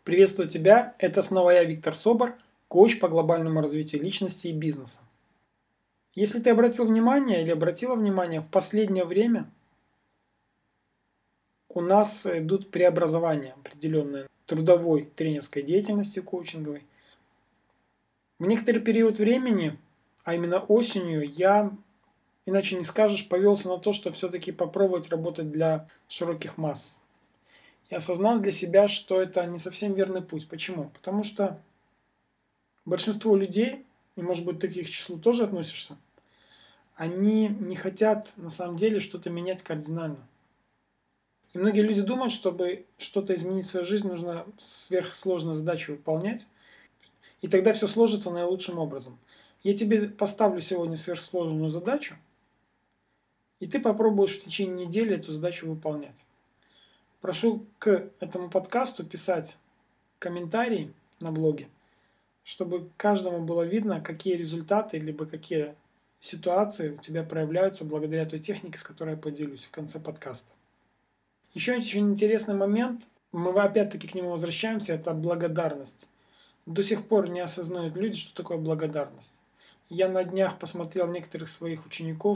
Приветствую тебя, это снова я, Виктор Собор, коуч по глобальному развитию личности и бизнеса. Если ты обратил внимание или обратила внимание, в последнее время у нас идут преобразования определенные трудовой тренерской деятельности коучинговой. В некоторый период времени, а именно осенью, я, иначе не скажешь, повелся на то, что все-таки попробовать работать для широких масс. И осознал для себя, что это не совсем верный путь. Почему? Потому что большинство людей, и может быть ты к их числу тоже относишься, они не хотят на самом деле что-то менять кардинально. И многие люди думают, чтобы что-то изменить в своей жизни, нужно сверхсложную задачу выполнять, и тогда все сложится наилучшим образом. Я тебе поставлю сегодня сверхсложную задачу, и ты попробуешь в течение недели эту задачу выполнять. Прошу к этому подкасту писать комментарии на блоге, чтобы каждому было видно, какие результаты, либо какие ситуации у тебя проявляются благодаря той технике, с которой я поделюсь в конце подкаста. Еще очень интересный момент, мы опять-таки к нему возвращаемся, это благодарность. До сих пор не осознают люди, что такое благодарность. Я на днях посмотрел некоторых своих учеников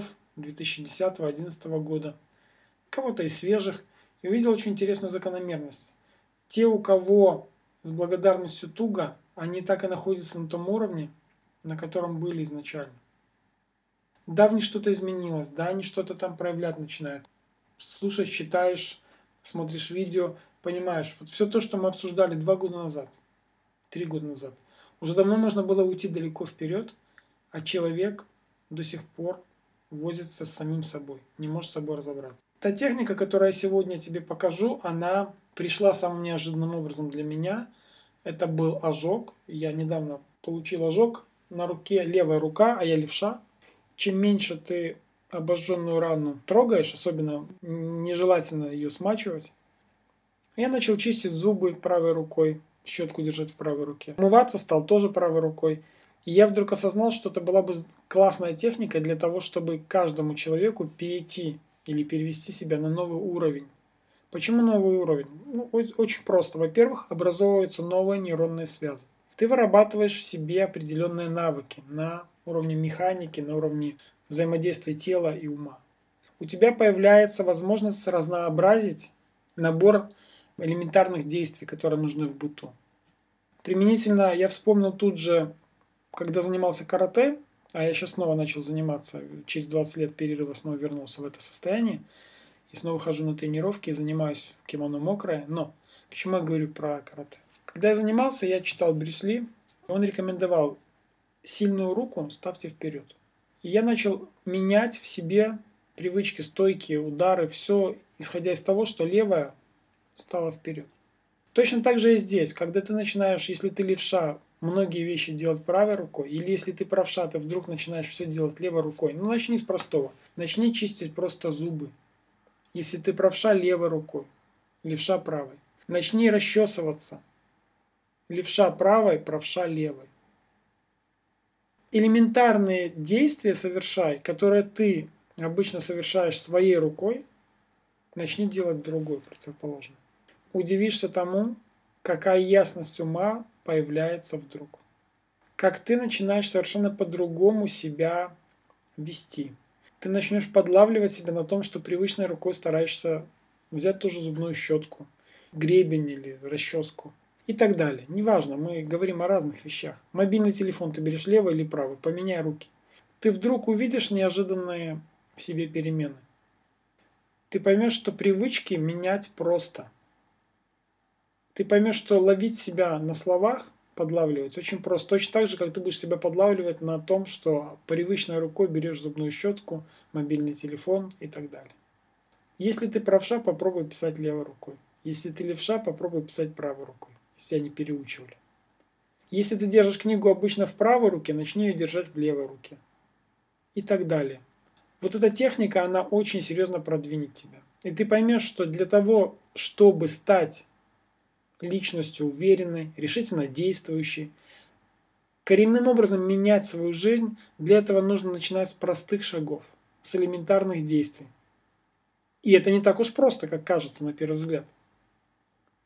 2010-2011 года, кого-то из свежих, и увидел очень интересную закономерность. Те, у кого с благодарностью туго, они так и находятся на том уровне, на котором были изначально. Да, в них что-то изменилось, да, они что-то там проявлять начинают. Слушаешь, читаешь, смотришь видео, понимаешь, вот все то, что мы обсуждали 2 года назад, 3 года назад, уже давно можно было уйти далеко вперед, а человек до сих пор возится с самим собой, не может с собой разобраться. Та техника, которую я сегодня тебе покажу, она пришла самым неожиданным образом для меня. Это был ожог. Я недавно получил ожог на руке, левая рука, а я левша. Чем меньше ты обожженную рану трогаешь, особенно нежелательно ее смачивать, я начал чистить зубы правой рукой, щетку держать в правой руке. Умываться стал тоже правой рукой. И я вдруг осознал, что это была бы классная техника для того, чтобы каждому человеку перейти или перевести себя на новый уровень. Почему новый уровень? Очень просто. Во-первых, образовываются новые нейронные связи. Ты вырабатываешь в себе определенные навыки на уровне механики, на уровне взаимодействия тела и ума. У тебя появляется возможность разнообразить набор элементарных действий, которые нужны в быту. Применительно я вспомнил тут же, когда занимался карате, а я сейчас снова начал заниматься, через 20 лет перерыва снова вернулся в это состояние, и снова хожу на тренировки и занимаюсь в кимоно мокрое. Но к чему я говорю про карате? Когда я занимался, я читал Брюс Ли, он рекомендовал сильную руку ставьте вперед. И я начал менять в себе привычки, стойки, удары, все, исходя из того, что левая стала вперед. Точно так же и здесь, когда ты начинаешь, если ты левша, многие вещи делать правой рукой, или если ты правша, ты вдруг начинаешь все делать левой рукой, ну начни с простого. Начни чистить просто зубы. Если ты правша, левой рукой, левша правой. Начни расчесываться. Левша правой, правша левой. Элементарные действия совершай, которые ты обычно совершаешь своей рукой, начни делать другой, противоположный. Удивишься тому, какая ясность ума появляется вдруг. Как ты начинаешь совершенно по-другому себя вести. Ты начнешь подлавливать себя на том, что привычной рукой стараешься взять ту же зубную щетку, гребень или расческу и так далее. Неважно, мы говорим о разных вещах. Мобильный телефон ты берешь левый или правый, поменяй руки. Ты вдруг увидишь неожиданные в себе перемены. Ты поймешь, что привычки менять просто. Ты поймешь, что ловить себя на словах, подлавливать очень просто. Точно так же, как ты будешь себя подлавливать на том, что привычной рукой берешь зубную щетку, мобильный телефон и так далее. Если ты правша, попробуй писать левой рукой. Если ты левша, попробуй писать правой рукой, если они переучивали. Если ты держишь книгу обычно в правой руке, начни ее держать в левой руке. И так далее. Вот эта техника, она очень серьезно продвинет тебя. И ты поймешь, что для того, чтобы стать личностью уверенной, решительно действующей, коренным образом менять свою жизнь, для этого нужно начинать с простых шагов, с элементарных действий. И это не так уж просто, как кажется на первый взгляд.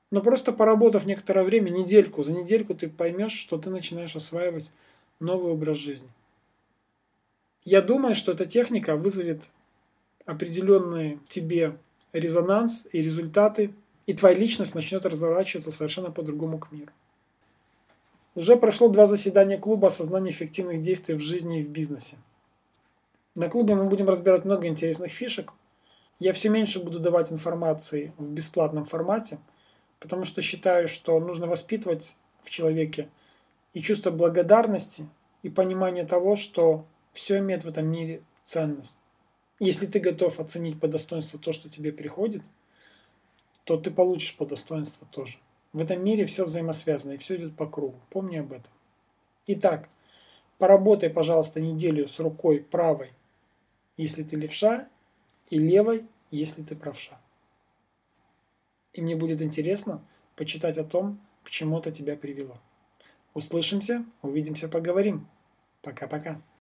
Но просто поработав некоторое время, недельку, за недельку ты поймешь, что ты начинаешь осваивать новый образ жизни. Я думаю, что эта техника вызовет определенный тебе резонанс и результаты, и твоя личность начнет разворачиваться совершенно по-другому к миру. Уже прошло 2 заседания клуба осознания эффективных действий в жизни и в бизнесе. На клубе мы будем разбирать много интересных фишек. Я все меньше буду давать информации в бесплатном формате, потому что считаю, что нужно воспитывать в человеке и чувство благодарности, и понимание того, что все имеет в этом мире ценность. Если ты готов оценить по достоинству то, что тебе приходит, то ты получишь по достоинству тоже. В этом мире все взаимосвязано и все идет по кругу. Помни об этом. Итак, поработай, пожалуйста, неделю с рукой правой, если ты левша, и левой, если ты правша. И мне будет интересно почитать о том, к чему это тебя привело. Услышимся, увидимся, поговорим. Пока-пока.